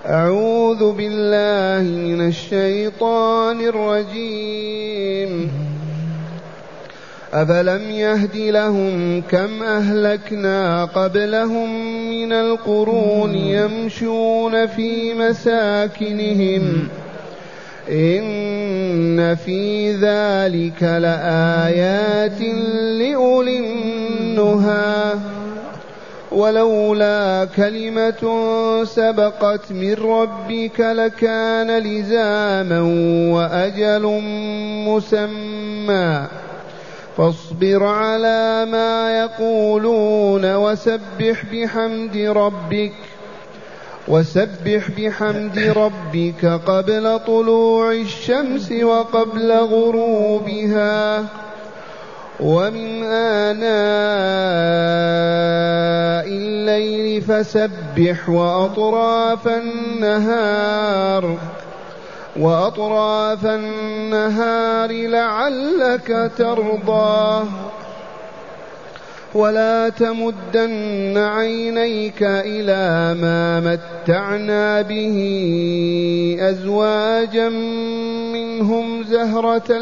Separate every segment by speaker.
Speaker 1: أعوذ بالله من الشيطان الرجيم. أفلم يهد لهم كم أهلكنا قبلهم من القرون يمشون في مساكنهم إن في ذلك لآيات لأولي النهى ولولا كلمة سبقت من ربك لكان لزاما وأجل مسمى فاصبر على ما يقولون وسبح بحمد ربك قبل طلوع الشمس وقبل غروبها ومن آناء الليل فسبح وأطراف النهار لعلك ترضى ولا تمدن عينيك إلى ما متعنا به أزواجا منهم زهرة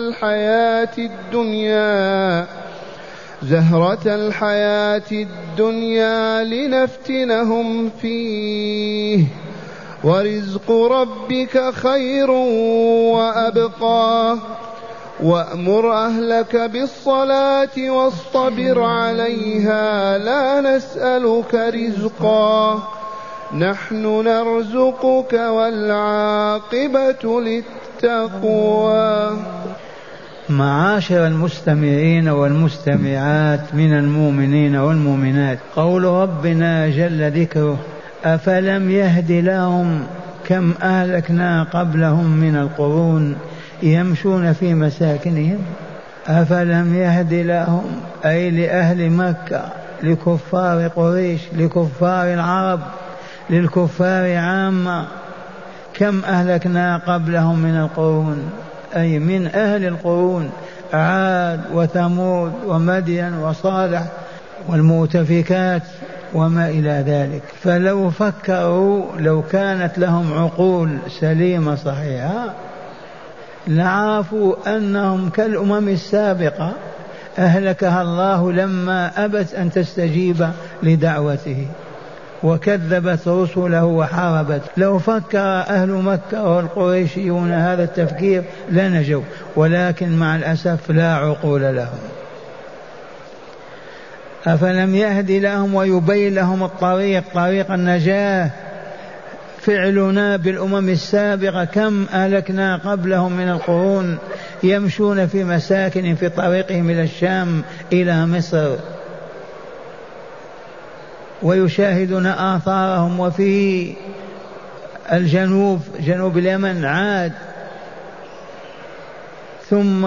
Speaker 1: الحياة الدنيا لنفتنهم فيه ورزق ربك خير وأبقى وأمر أهلك بالصلاة واصطبر عليها لا نسألك رزقا نحن نرزقك والعاقبة للتقوى.
Speaker 2: معاشر المستمعين والمستمعات من المؤمنين والمؤمنات، قول ربنا جل ذكره: أفلم يهد لهم كم أهلكنا قبلهم من القرون يمشون في مساكنهم. أفلم يهد لهم أي لأهل مكة، لكفار قريش، لكفار العرب، للكفار عامة، كم أهلكنا قبلهم من القرون أي من أهل القرون، عاد وثمود ومدين وصالح والمؤتفكات وما إلى ذلك. فلو فكروا، لو كانت لهم عقول سليمة صحيحة، لعرفوا أنهم كالأمم السابقة أهلكها الله لما أبت أن تستجيب لدعوته وكذبت رسله وحاربت. لو فكر أهل مكة والقريشيون هذا التفكير لنجوا، ولكن مع الأسف لا عقول لهم. أفلم يهد لهم ويبين لهم الطريق، طريق النجاة، فعلنا بالأمم السابقة كم أهلكنا قبلهم من القرون يمشون في مساكن في طريقهم إلى الشام إلى مصر، ويشاهدون آثارهم. وفي الجنوب، جنوب اليمن، عاد. ثم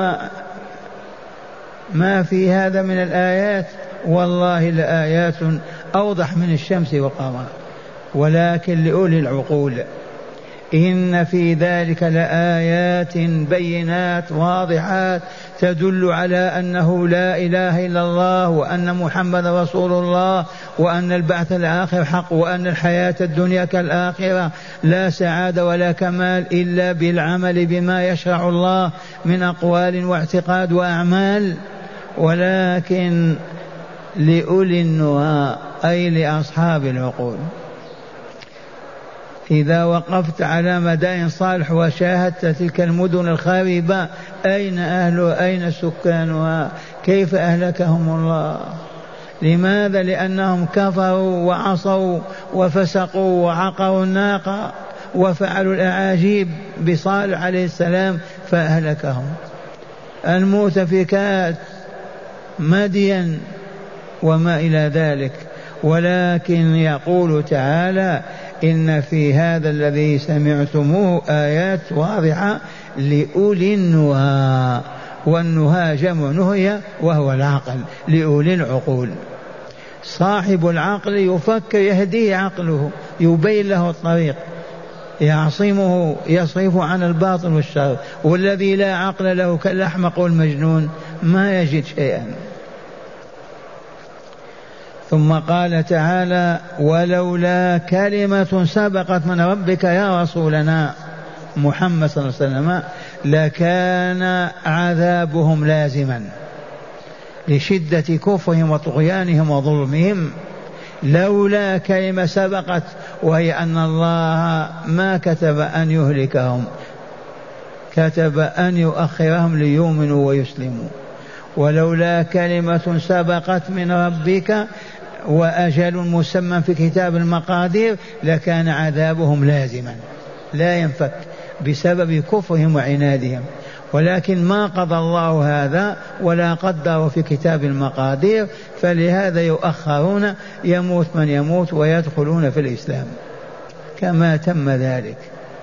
Speaker 2: ما في هذا من الآيات، والله لآيات أوضح من الشمس والقمر، ولكن لأولي العقول. إن في ذلك لآيات بينات واضحات تدل على أنه لا إله إلا الله، وأن محمد رسول الله، وأن البعث الآخر حق، وأن الحياة الدنيا كالآخرة لا سعادة ولا كمال إلا بالعمل بما يشرع الله من أقوال واعتقاد وأعمال. ولكن لأولي النهى أي لأصحاب العقول. إذا وقفت على مدائن صالح وشاهدت تلك المدن الخاربة، أين أهلها؟ أين سكانها؟ كيف أهلكهم الله؟ لماذا؟ لأنهم كفروا وعصوا وفسقوا وعقروا الناقة وفعلوا الأعاجيب بصالح عليه السلام فأهلكهم. المؤتفكات، مدين وما إلى ذلك. ولكن يقول تعالى: إن في هذا الذي سمعتموه آيات واضحة لأولي النهى. والنهى جمع نهي وهو العقل، لأولي العقول. صاحب العقل يفكر، يهديه عقله، يبين له الطريق، يعصمه، يصرف عن الباطل والشر. والذي لا عقل له كالأحمق والمجنون ما يجد شيئا. ثم قال تعالى ولولا كلمة سبقت من ربك يا رسولنا محمد صلى الله عليه وسلم لكان عذابهم لازما لشدة كفرهم وطغيانهم وظلمهم. لولا كلمة سبقت وهي أن الله ما كتب أن يهلكهم، كتب أن يؤخرهم ليؤمنوا ويسلموا. ولولا كلمة سبقت من ربك وأجل مسمى في كتاب المقادير لكان عذابهم لازما لا ينفك بسبب كفرهم وعنادهم، ولكن ما قضى الله هذا ولا قدر في كتاب المقادير، فلهذا يؤخرون، يموت من يموت ويدخلون في الإسلام كما تم ذلك.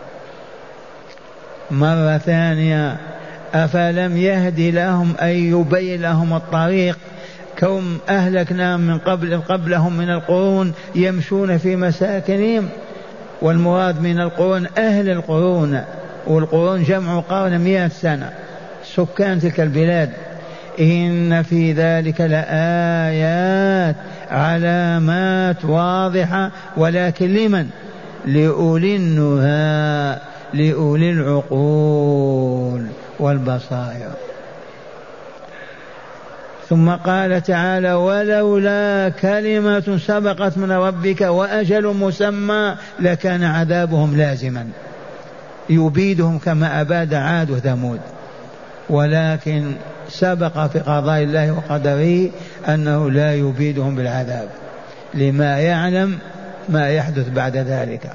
Speaker 2: مرة ثانية أفلم يهد لهم أن يبين لهم الطريق كم أهلكناهم من قبلهم من القرون يمشون في مساكنهم، والمراد من القرون أهل القرون، والقرون جمع قرن 100 سنة سكان تلك البلاد. إن في ذلك لآيات علامات واضحة، ولكن لمن؟ لأولي النهى لأولي العقول والبصائر. ثم قال تعالى ولولا كلمة سبقت من ربك وأجل مسمى لكان عذابهم لازما يبيدهم كما أباد عاد وثمود، ولكن سبق في قضاء الله وقدره أنه لا يبيدهم بالعذاب لما يعلم ما يحدث بعد ذلك.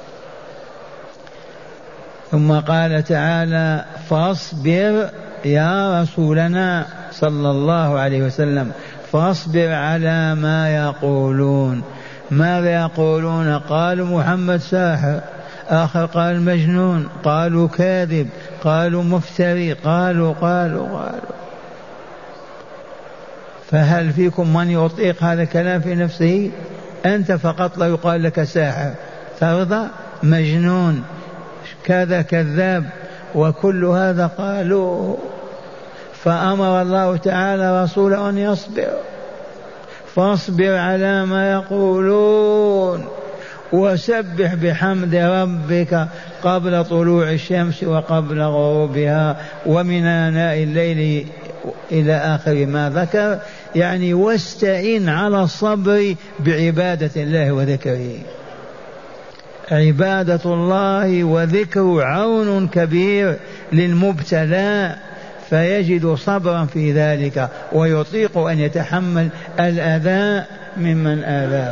Speaker 2: ثم قال تعالى فاصبر يا رسولنا صلى الله عليه وسلم، فاصبر على ما يقولون. ماذا يقولون؟ قالوا محمد ساحر، آخر قال مجنون، قالوا كاذب، قالوا مفتري، قالوا. فهل فيكم من يطيق هذا الكلام في نفسه؟ أنت فقط لا يقال لك ساحر ترضى؟ مجنون كذا كذاب، وكل هذا قالوه. فأمر الله تعالى رسوله أن يصبر، فاصبر على ما يقولون وسبح بحمد ربك قبل طلوع الشمس وقبل غروبها ومن آناء الليل إلى آخر ما ذكر، يعني واستعن على الصبر بعبادة الله وذكره. عبادة الله وذكره عون كبير للمبتلى، فيجد صبرا في ذلك ويطيق أن يتحمل الأذى ممن آذاه.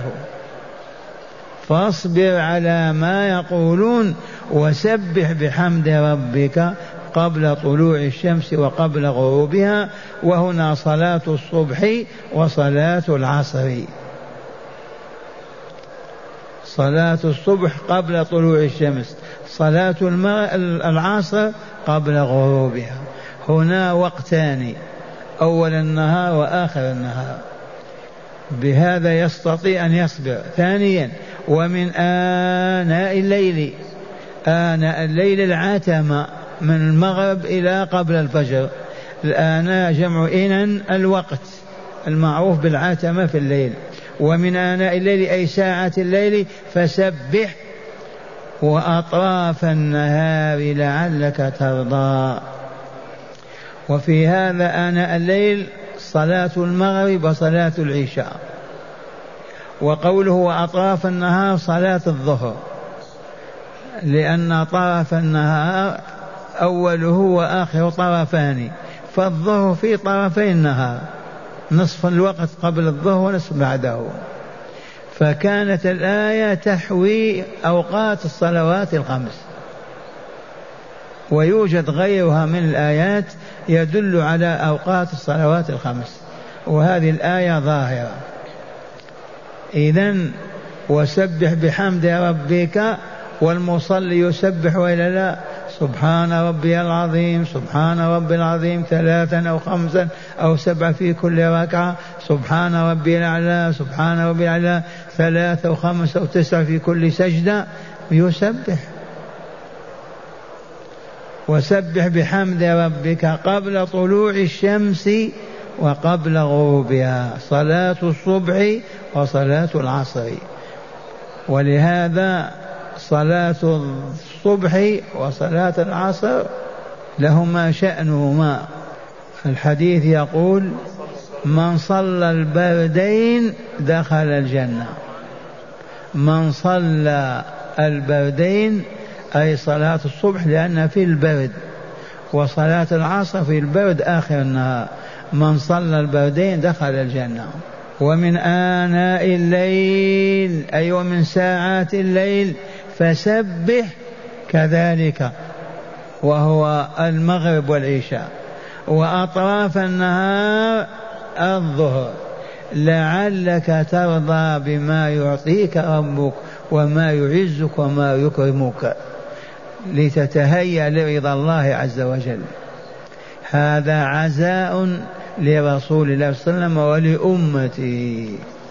Speaker 2: فاصبر على ما يقولون وسبح بحمد ربك قبل طلوع الشمس وقبل غروبها، وهنا صلاة الصبح وصلاة العصر. صلاة الصبح قبل طلوع الشمس، صلاة العصر قبل غروبها. هنا وقتان، أول النهار وآخر النهار، بهذا يستطيع أن يصبر. ثانيا ومن آناء الليل، آناء الليل العتمة من المغرب إلى قبل الفجر. الآناء جمع إنن الوقت المعروف بالعتمة في الليل. ومن آناء الليل أي ساعة الليل فسبح وأطراف النهار لعلك ترضى. وفي هذا آناء الليل صلاة المغرب وصلاة العشاء، وقوله وأطراف النهار صلاة الظهر، لأن طرف النهار أوله وآخر طرفان، فالظهر في طرفي النهار، نصف الوقت قبل الظهر ونصف بعده. فكانت الآية تحوي أوقات الصلوات الخمس، ويوجد غيرها من الآيات يدل على أوقات الصلوات الخمس، وهذه الآية ظاهرة. إذن وسبح بحمد ربك، والمصلي يسبح وإلا لا؟ سبحان ربي العظيم، سبحان ربي العظيم 3 أو 5 أو 7 في كل ركعة، سبحان ربي الأعلى، سبحان ربي الأعلى 3 أو 5 أو 9 في كل سجدة يسبح. وسبح بحمد ربك قبل طلوع الشمس وقبل غروبها، صلاة الصبح وصلاة العصر. ولهذا صلاة الصبح وصلاة العصر لهما شأنهما. الحديث يقول: من صلى البردين دخل الجنة. من صلى البردين أي صلاة الصبح لأن في البرد، وصلاة العصر في البرد آخر النهار. من صلى البردين دخل الجنة. ومن آناء الليل أي ومن ساعات الليل فسبح كذلك، وهو المغرب والعشاء، وأطراف النهار الظهر، لعلك ترضى بما يعطيك ربك وما يعزك وما يكرمك، لتتهيأ لرضا الله عز وجل. هذا عزاء لرسول الله صلى الله عليه وسلم ولأمته.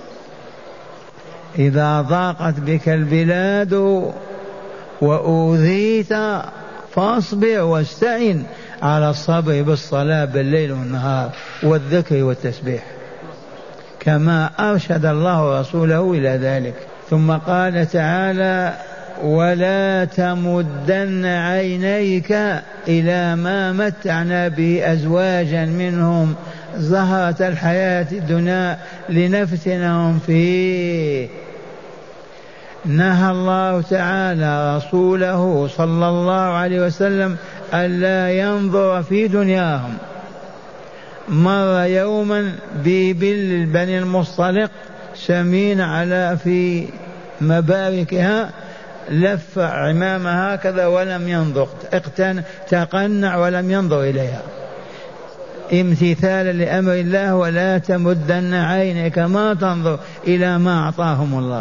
Speaker 2: إذا ضاقت بك البلاد وأوذيت فاصبر واستعن على الصبر بالصلاة بالليل والنهار والذكر والتسبيح، كما أرشد الله رسوله إلى ذلك. ثم قال تعالى: ولا تمدن عينيك إلى ما متعنا به أزواجا منهم زهرة الحياة الدنيا لنفتنهم فيه. نهى الله تعالى رسوله صلى الله عليه وسلم ألا ينظر في دنياهم. مر يوما ببل بني المصطلق سمين على في مباركها، لف عمامها هكذا ولم ينظر، تقنع ولم ينظر إليها امتثالا لأمر الله: ولا تمدن عينك، ما تنظر إلى ما أعطاهم الله.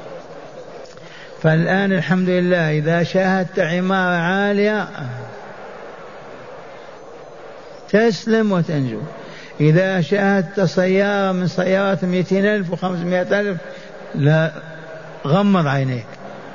Speaker 2: فالآن الحمد لله إذا شاهدت عمارة عالية تسلم وتنجو، إذا شاهدت سيارة من سيارات 200,000 و500,000 لا، غمض عينيك،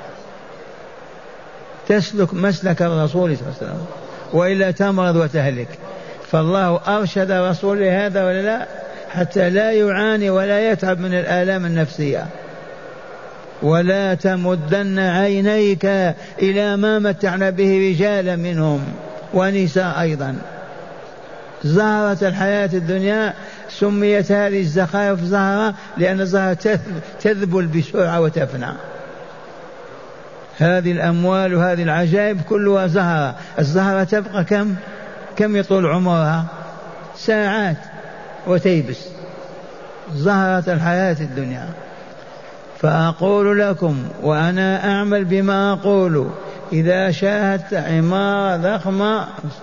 Speaker 2: تسلك مسلك الرسول صلى الله عليه وسلم، وإلا تمرض وتهلك. فالله أرشد رسوله هذا ولا لا، حتى لا يعاني ولا يتعب من الآلام النفسية. ولا تمدن عينيك إلى ما متعنا به رجالا منهم ونساء أيضا. زهرة الحياة الدنيا سميت هذه الزخارف زهرة لأن الزهرة تذبل بسرعة وتفنى. هذه الأموال وهذه العجائب كلها زهرة. الزهرة تبقى كم يطول عمرها؟ ساعات وتيبس. زهرة الحياة الدنيا. فأقول لكم وأنا أعمل بما أقول: إذا شاهدت عمارة ضخمة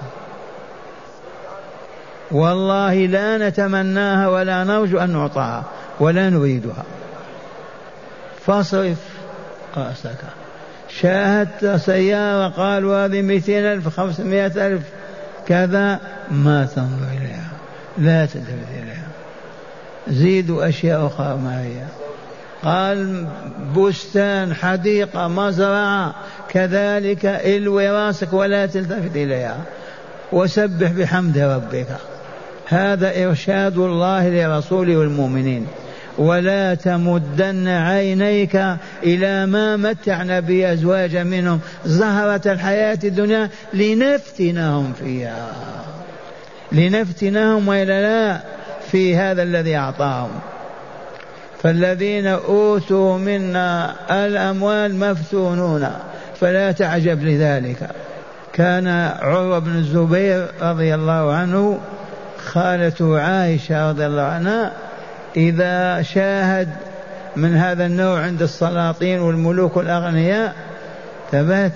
Speaker 2: والله لا نتمناها ولا نرجو أن نعطاها ولا نريدها، فاصرف رأسك. شاهدت سيارة قالوا هذه 200,000 500,000 كذا، ما تنظر إليها، لا تلتفت إليها. زيدوا أشياء أخرى ما هي. قال بستان، حديقة، مزرعة، كذلك الوي راسك ولا تلتفت إليها، وسبح بحمد ربك. هذا إرشاد الله لرسوله والمؤمنين. ولا تمدن عينيك إلى ما متعنا بأزواج منهم زهرة الحياة الدنيا لنفتنهم فيها، لنفتنهم وإلا لا في هذا الذي أعطاهم. فالذين أوتوا منا الأموال مفتونون، فلا تعجب لذلك. كان عروة بن الزبير رضي الله عنه خالته عائشة رضي الله عنها إذا شاهد من هذا النوع عند السلاطين والملوك والأغنياء ثبات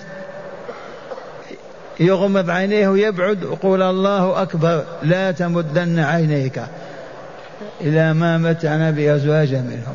Speaker 2: يغمض عينيه ويبعد ويقول: الله أكبر، لا تمدن عينيك إلى ما متعنا بأزواج منهم.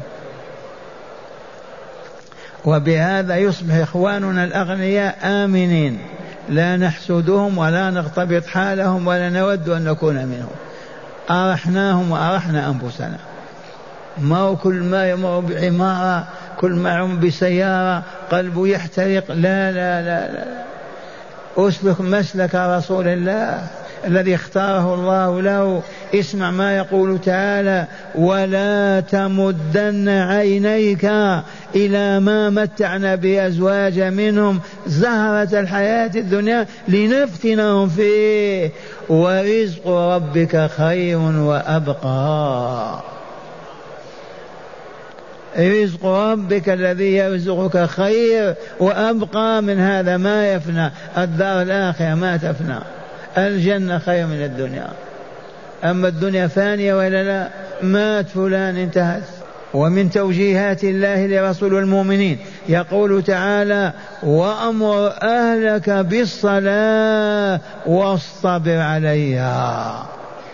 Speaker 2: وبهذا يصبح إخواننا الأغنياء آمنين، لا نحسدهم ولا نغتبط حالهم ولا نود أن نكون منهم. أرحناهم وأرحنا أنفسنا. ما هو كل ما يمر بعمارة، كل ما يمر بسيارة قلبه يحترق. لا لا لا لا، أسلك مسلك رسول الله. الذي اختاره الله له. اسمع ما يقول تعالى: ولا تمدن عينيك إلى ما متعنا بأزواج منهم زهرة الحياة الدنيا لنفتنهم فيه ورزق ربك خير وأبقى. رزق ربك الذي يرزقك خير وأبقى من هذا ما يفنى. الدار الآخرة ما تفنى، الجنة خير من الدنيا. أما الدنيا فانية ولا لا؟ مات فلان انتهت. ومن توجيهات الله لرسول المؤمنين يقول تعالى: وأمر أهلك بالصلاة واصطبر عليها.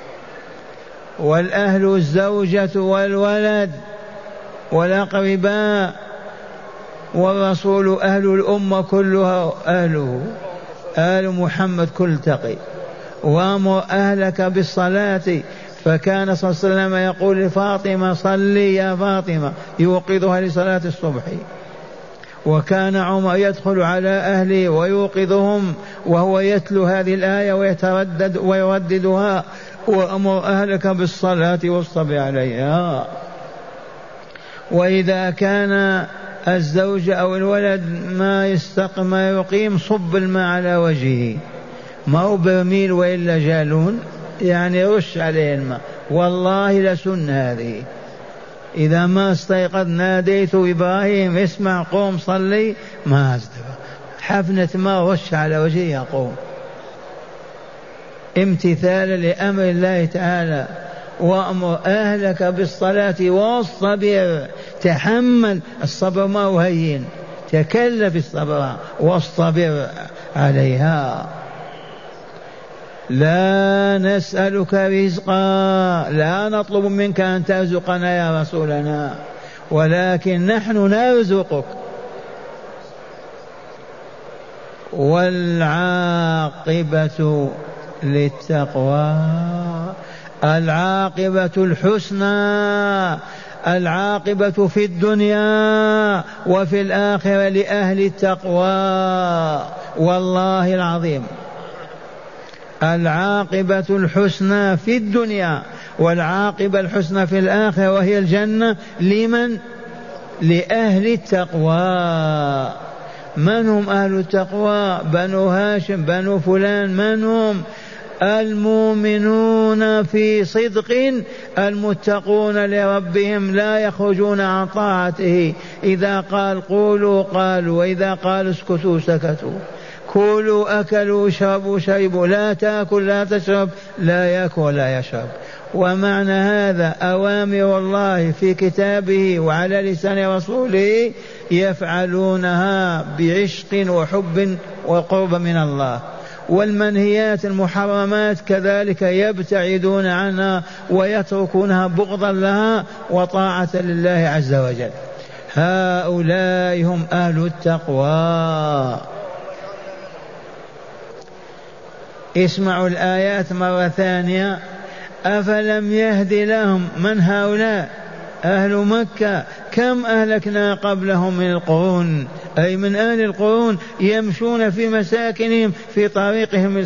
Speaker 2: والأهل الزوجة والولد والأقرباء، والرسول أهل الأمة كلها أهله، آل محمد كل تقي. وأمر أهلك بالصلاة، فكان صلى الله عليه وسلم يقول لفاطمة: صلي يا فاطمة، يوقظها لصلاة الصبح. وكان عمر يدخل على أهله ويوقظهم وهو يتلو هذه الآية ويتردد ويرددها: وأمر أهلك بالصلاة واصطبر عليها. وإذا كان الزوج أو الولد ما يقيم، صب الماء على وجهه، ما هو برميل وإلا جالون، يعني رش عليه الماء. والله لسن هذه. إذا ما استيقظ ناديت إبراهيم: اسمع قوم صلي، ما أصدق، حفنة ما رش على وجهه يقوم، امتثالا لأمر الله تعالى. وأمر أهلك بالصلاة واصطبر، تحمل. الصبر ما هو هين، تكلف الصبر واصطبر عليها. لا نسألك رزقا، لا نطلب منك أن ترزقنا يا رسولنا، ولكن نحن نرزقك. والعاقبة للتقوى، العاقبة الحسنى، العاقبة في الدنيا وفي الآخرة لأهل التقوى. والله العظيم العاقبة الحسنى في الدنيا والعاقبة الحسنى في الآخرة وهي الجنة. لمن؟ لأهل التقوى. من هم أهل التقوى؟ بنو هاشم، بنو فلان. من هم؟ المؤمنون في صدق، المتقون لربهم، لا يخرجون عن طاعته. إذا قال قولوا قالوا، وإذا قال اسكتوا سكتوا. كلوا أكلوا، اشربوا شربوا، لا تأكل لا تشرب، لا يأكل ولا يشرب. ومعنى هذا أوامر الله في كتابه وعلى لسان رسوله يفعلونها بعشق وحب وقرب من الله. والمنهيات المحرمات كذلك يبتعدون عنها ويتركونها بغضا لها وطاعة لله عز وجل. هؤلاء هم أهل التقوى. اسمعوا الآيات مرة ثانية. أفلم يهد لهم، من هؤلاء؟ أهل مكة. كم أهلكنا قبلهم من القرون، أي من أهل القرون يمشون في مساكنهم في طريقهم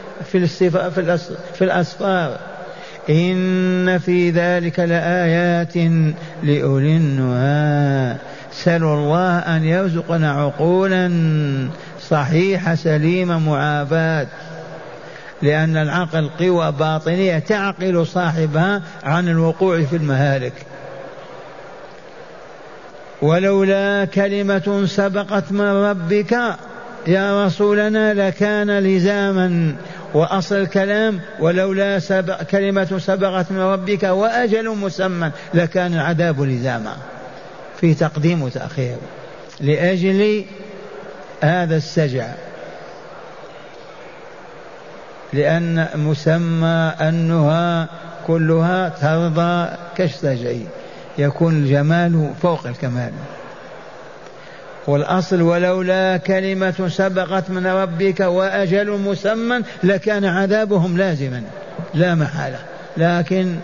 Speaker 2: في الأسفار. إن في ذلك لآيات لأولي النهى. سلوا الله أن يرزقنا عقولا صحيحة سليمة معافاة، لأن العقل قوى باطنية تعقل صاحبها عن الوقوع في المهالك. ولولا كلمة سبقت من ربك يا رسولنا لكان لزاما. وأصل الكلام ولولا كلمة سبقت من ربك وأجل مسمى لكان العذاب لزاما، في تقديم وتأخير لأجل هذا السجع. لأن مسمى أنها كلها ترضى كالسجع، يكون الجمال فوق الكمال. والأصل ولولا كلمة سبقت من ربك وأجل مسمى لكان عذابهم لازما لا محالة، لكن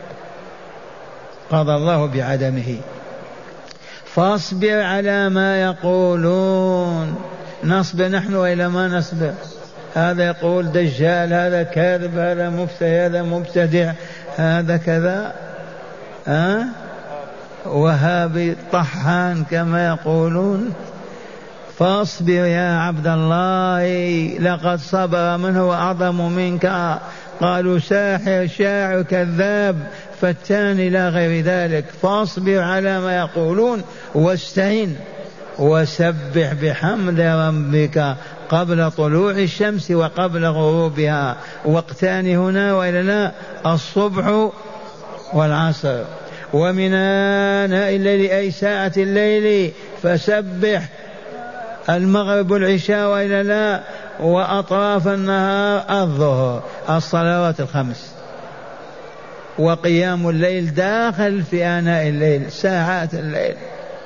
Speaker 2: قضى الله بعدمه. فاصبر على ما يقولون. نصبر نحن وإلا ما نصبر؟ هذا يقول دجال، هذا كاذب، هذا مفتري، هذا مبتدع، هذا كذا وهابي طحان كما يقولون. فاصبر يا عبد الله، لقد صبر من هو أعظم منك. قالوا ساحر، شاعر، كذاب، فتان إلى غير ذلك. فاصبر على ما يقولون واستعن وسبح بحمد ربك قبل طلوع الشمس وقبل غروبها. وقتان هنا وإلا لا؟ الصبح والعصر. ومن آناء الليل أي ساعة الليل فسبح. المغرب والعشاء وإلا لا؟ وأطراف النهار الظهر، الصلوات الخمس. وقيام الليل داخل في آناء الليل، ساعات الليل.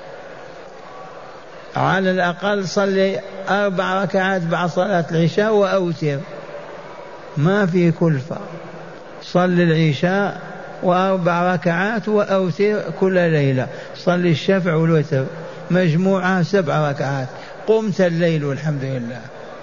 Speaker 2: على الأقل صلي 4 ركعات بعد صلاة العشاء وأوتر، ما في كلفة. صلي العشاء و4 ركعات وأوتر كل ليلة. صلي الشفع والوتر مجموعة 7 ركعات، قمت الليل والحمد لله.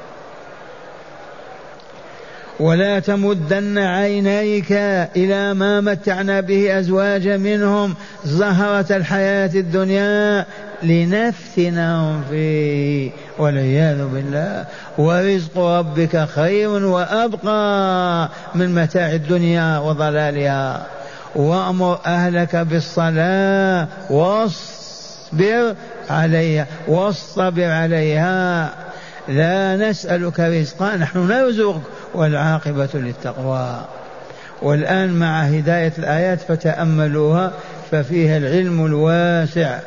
Speaker 2: ولا تمدن عينيك إلى ما متعنا به أزواجا منهم زهرة الحياة الدنيا لنفتنهم فيه والعياذ بالله. ورزق ربك خير وأبقى من متاع الدنيا وضلالها. وأمر أهلك بالصلاة واصبر عليها. لا نسألك رزقا، نحن نرزقك، والعاقبة للتقوى. والآن مع هداية الآيات فتأملوها ففيها العلم الواسع.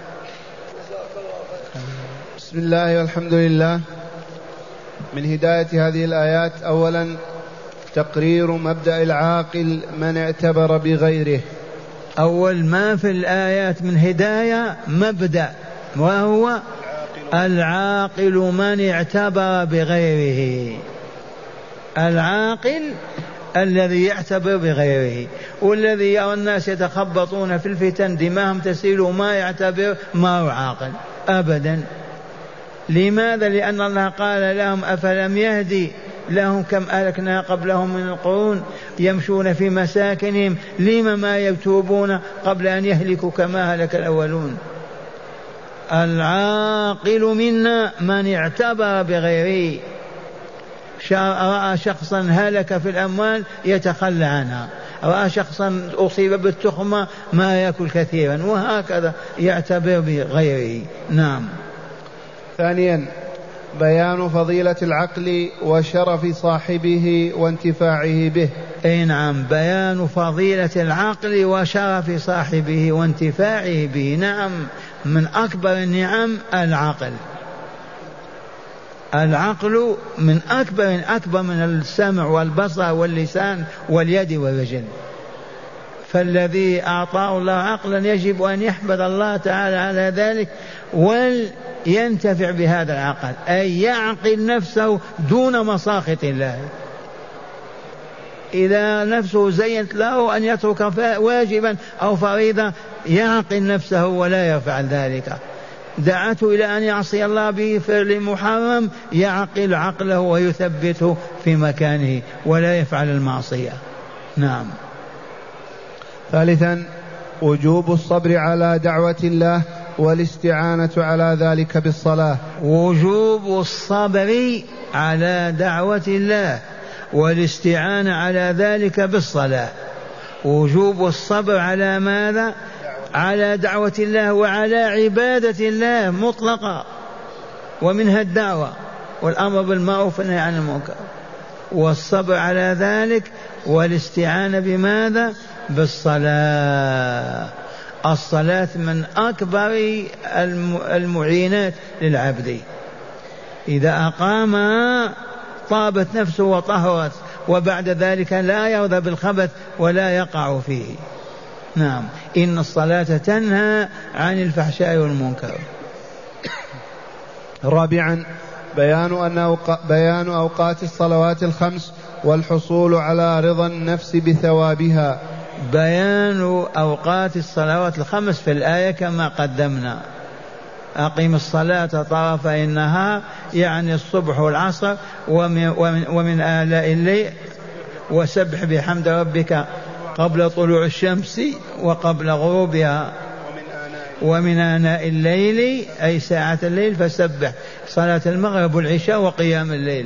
Speaker 1: بسم الله والحمد لله. من هداية هذه الآيات أولا تقرير مبدأ العاقل من اعتبر بغيره.
Speaker 2: أول ما في الآيات من هداية مبدأ، وهو العاقل من اعتبر بغيره. العاقل الذي يعتبر بغيره، والذي يرى الناس يتخبطون في الفتن دماهم تسيل وما يعتبر ما هو عاقل أبدا. لماذا؟ لأن الله قال لهم أفلم يهدي لهم كم أهلكنا قبلهم من القرون يمشون في مساكنهم لم ما يتوبون قبل أن يهلكوا كما هلك الأولون. العاقل منا من اعتبر بغيره. رأى شخصا هلك في الأموال يتخلى عنها، رأى شخصا أصيب بالتخمة ما يأكل كثيرا، وهكذا يعتبر بغيره. نعم.
Speaker 1: ثانيا بيان فضيلة العقل وشرف صاحبه وانتفاعه به.
Speaker 2: أي نعم، بيان فضيلة العقل وشرف صاحبه وانتفاعه به. نعم، من أكبر النعم العقل. العقل من أكبر من السمع والبصر واللسان واليد والرجل. فالذي أعطاه الله عقلا يجب أن يحمد الله تعالى على ذلك ولينتفع بهذا العقل، أي يعقل نفسه دون مساخط الله. إذا نفسه زينت له أن يترك واجبا أو فريضة يعقل نفسه ولا يفعل ذلك. دعته إلى أن يعصي الله بفعل محرم يعقل عقله ويثبته في مكانه ولا يفعل المعصية. نعم.
Speaker 1: ثالثا وجوب الصبر على دعوة الله والاستعانة على ذلك بالصلاة.
Speaker 2: وجوب الصبر على دعوة الله والاستعانة على ذلك بالصلاة. وجوب الصبر على ماذا؟ على دعوة الله وعلى عبادة الله مطلقة، ومنها الدعوة والأمر بالمعروف والنهي عن المنكر، والصبر على ذلك والاستعانة بماذا؟ بالصلاة. الصلاة من أكبر المعينات للعبد، إذا أقامها طابت نفسه وطهرت، وبعد ذلك لا يرضى بالخبث ولا يقع فيه. نعم، إن الصلاة تنهى عن الفحشاء والمنكر.
Speaker 1: رابعا بيان أوقات الصلوات الخمس والحصول على رضا النفس بثوابها.
Speaker 2: بيان أوقات الصلوات الخمس في الآية كما قدمنا. أقم الصلاة طرفي النهار يعني الصبح والعصر ومن آلاء الليل وسبح بحمد ربك قبل طلوع الشمس وقبل غروبها ومن آناء الليل أي ساعة الليل فسبح صلاة المغرب والعشاء وقيام الليل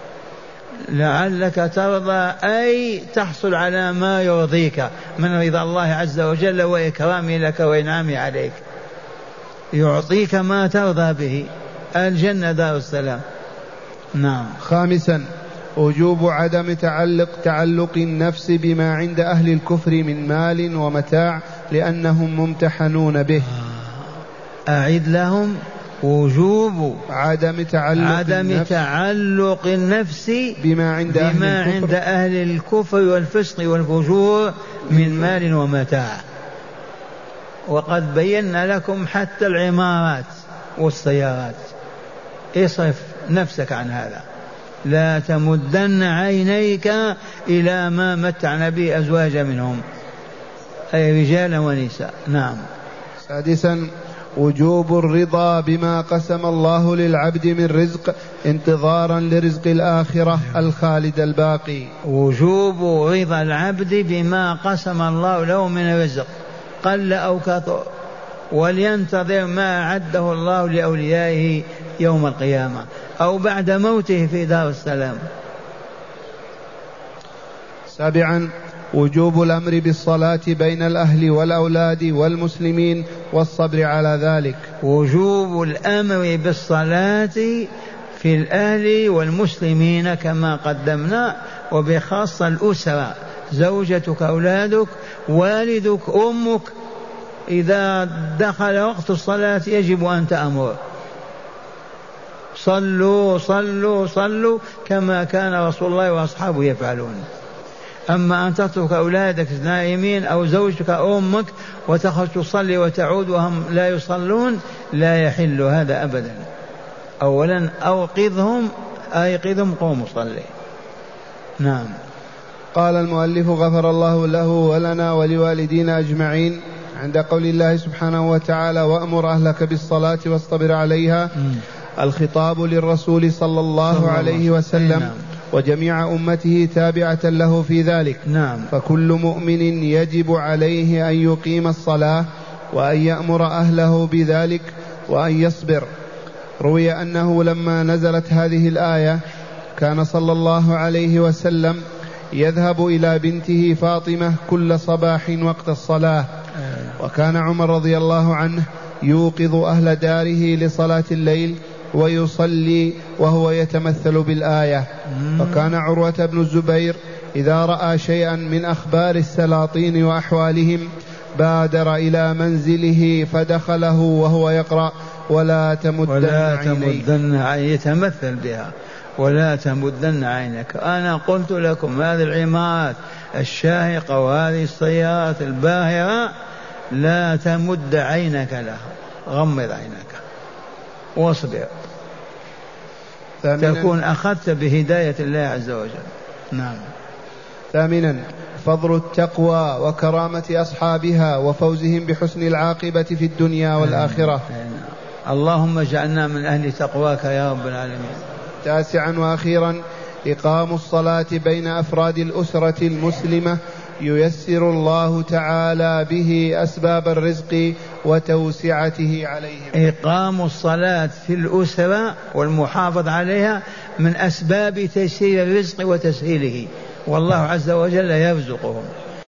Speaker 2: لعلك ترضى أي تحصل على ما يرضيك من رضا الله عز وجل وإكرامه لك وإنعامه عليك يعطيك ما ترضى به الجنة دار السلام. نعم.
Speaker 1: خامسا وجوب عدم تعلق النفس بما عند أهل الكفر من مال ومتاع لأنهم ممتحنون به.
Speaker 2: أعد لهم وجوب
Speaker 1: عدم
Speaker 2: تعلق النفس بما عند أهل الكفر والفسق والفجور من مال ومتاع. وقد بينا لكم حتى العمارات والسيارات اصرف نفسك عن هذا لا تمدن عينيك إلى ما متعنا به أزواج منهم أي رجال ونساء. نعم.
Speaker 1: سادسا وجوب الرضا بما قسم الله للعبد من رزق انتظارا لرزق الآخرة الخالد الباقي.
Speaker 2: وجوب رضا العبد بما قسم الله له من رزق قل أو كثر ولينتظر ما أعده الله لأوليائه يوم القيامة أو بعد موته في دار السلام.
Speaker 1: سابعا وجوب الأمر بالصلاة بين الأهل والأولاد والمسلمين والصبر على ذلك.
Speaker 2: وجوب الأمر بالصلاة في الأهل والمسلمين كما قدمنا وبخاصة الأسرة زوجتك أولادك والدك أمك إذا دخل وقت الصلاة يجب أن تأمر صلوا صلوا صلوا كما كان رسول الله وأصحابه يفعلون. أما أن تترك أولادك نائمين أو زوجتك أو أمك وتخرج تصلي وتعود وهم لا يصلون لا يحل هذا أبدا. أولا أيقظهم قوموا صلي. نعم.
Speaker 1: قال المؤلف غفر الله له ولنا ولوالدينا أجمعين عند قول الله سبحانه وتعالى وأمر أهلك بالصلاة واصطبر عليها الخطاب للرسول صلى الله عليه وسلم وجميع أمته تابعة له في ذلك.
Speaker 2: نعم.
Speaker 1: فكل مؤمن يجب عليه أن يقيم الصلاة وأن يأمر أهله بذلك وأن يصبر. روي أنه لما نزلت هذه الآية كان صلى الله عليه وسلم يذهب إلى بنته فاطمة كل صباح وقت الصلاة وكان عمر رضي الله عنه يوقظ أهل داره لصلاة الليل ويصلي وهو يتمثل بالآية. وكان عروة بن الزبير إذا رأى شيئا من أخبار السلاطين وأحوالهم بادر إلى منزله فدخله وهو يقرأ ولا تمدن
Speaker 2: يتمثل بها ولا تمدن عينك. أنا قلت لكم هذه العمارات الشاهقة وهذه السيارات الباهرة لا تمد عينك لها غمض عينك واصبر تكون أخذت بهداية الله عز وجل. نعم.
Speaker 1: ثامنا فضل التقوى وكرامة أصحابها وفوزهم بحسن العاقبة في الدنيا والآخرة.
Speaker 2: اللهم اجعلنا من أهل تقواك يا رب العالمين.
Speaker 1: تاسعا وأخيرا إقام الصلاة بين أفراد الأسرة المسلمة ييسر الله تعالى به أسباب الرزق وتوسعته عليهم.
Speaker 2: إقام الصلاة في الأسرة والمحافظة عليها من أسباب تيسير الرزق وتسهيله والله عز وجل يرزقهم.